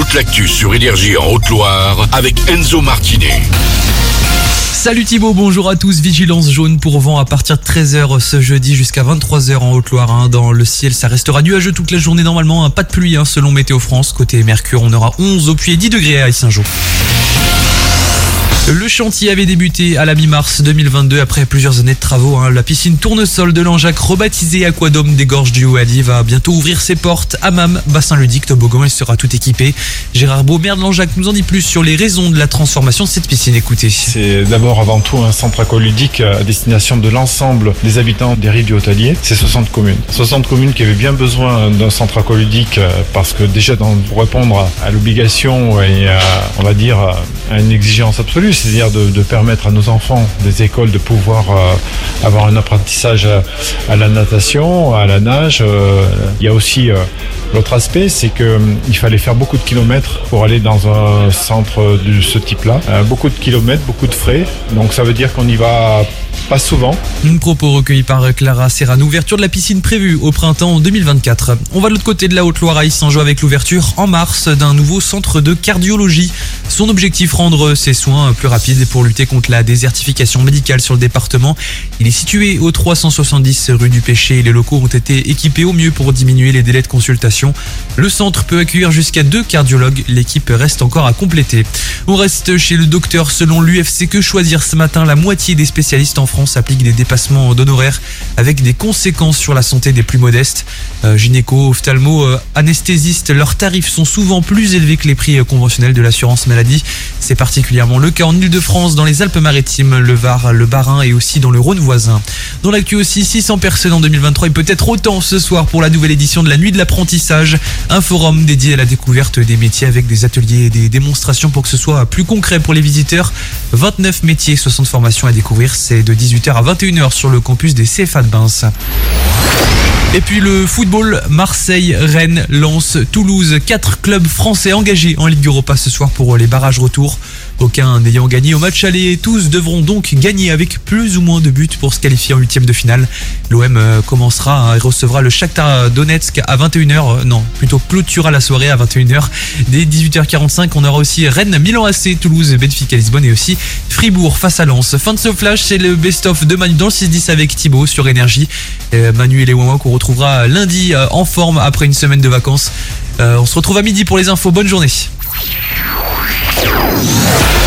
toute l'actu sur Énergie en Haute-Loire avec Enzo Martinet. Salut Thibaut, bonjour à tous. Vigilance jaune pour vent à partir de 13h ce jeudi jusqu'à 23h en Haute-Loire. Dans le ciel, ça restera nuageux toute la journée normalement. Pas de pluie selon Météo France. Côté Mercure, on aura 11 au Puy et 10 degrés à Saint-Jean. Le chantier avait débuté à la mi-mars 2022 après plusieurs années de travaux. La piscine Tournesol de Langeac, rebaptisée Aquadome des Gorges du Haut-Allier, va bientôt ouvrir ses portes. Hammam, bassin ludique, toboggan, il sera tout équipé. Gérard Beau, maire de Langeac, nous en dit plus sur les raisons de la transformation de cette piscine. Écoutez. C'est d'abord avant tout un centre aqualudique à destination de l'ensemble des habitants des rives du Haut-Allier. C'est 60 communes. 60 communes qui avaient bien besoin d'un centre aqualudique parce que déjà pour répondre à l'obligation et on va dire à une exigence absolue, c'est-à-dire de permettre à nos enfants des écoles de pouvoir avoir un apprentissage à la natation, à la nage. Il y a aussi l'autre aspect, c'est qu'il fallait faire beaucoup de kilomètres pour aller dans un centre de ce type-là. Beaucoup de kilomètres, beaucoup de frais, donc ça veut dire qu'on y va pas souvent. Un propos recueilli par Clara Serrano. Ouverture de la piscine prévue au printemps 2024. On va de l'autre côté de la Haute-Loire à Saint-Jean avec l'ouverture en mars d'un nouveau centre de cardiologie. Son objectif, rendre ses soins plus rapides pour lutter contre la désertification médicale sur le département. Il est situé au 370 rue du Péché. Les locaux ont été équipés au mieux pour diminuer les délais de consultation. Le centre peut accueillir jusqu'à 2 cardiologues. L'équipe reste encore à compléter. On reste chez le docteur. Selon l'UFC Que Choisir ce matin, la moitié des spécialistes en France appliquent des dépassements d'honoraires avec des conséquences sur la santé des plus modestes. Gynéco, ophtalmo, anesthésistes, leurs tarifs sont souvent plus élevés que les prix conventionnels de l'assurance maladie. C'est particulièrement le cas en Ile-de-France, dans les Alpes-Maritimes, le Var, le Bas-Rhin et aussi dans le Rhône voisin. Dans l'actu aussi, 600 personnes en 2023 et peut-être autant ce soir pour la nouvelle édition de la Nuit de l'apprentissage. Un forum dédié à la découverte des métiers avec des ateliers et des démonstrations pour que ce soit plus concret pour les visiteurs. 29 métiers, 60 formations à découvrir. C'est de 18h à 21h sur le campus des CFA de Bins. Et puis le football, Marseille, Rennes, Lens, Toulouse, 4 clubs français engagés en Ligue Europa ce soir pour les barrages retour. Aucun n'ayant gagné au match aller, tous devront donc gagner avec plus ou moins de buts pour se qualifier en huitième de finale. L'OM commencera et recevra le Shakhtar Donetsk à 21h, clôturera la soirée à 21h. Dès 18h45, on aura aussi Rennes, Milan AC, Toulouse, Benfica, Lisbonne et aussi Fribourg face à Lens. Fin de ce flash, c'est le best-of de Manu dans le 6-10 avec Thibaut sur Énergie. Manu et les Wawa qu'on retrouvera lundi en forme après une semaine de vacances. On se retrouve à midi pour les infos. Bonne journée.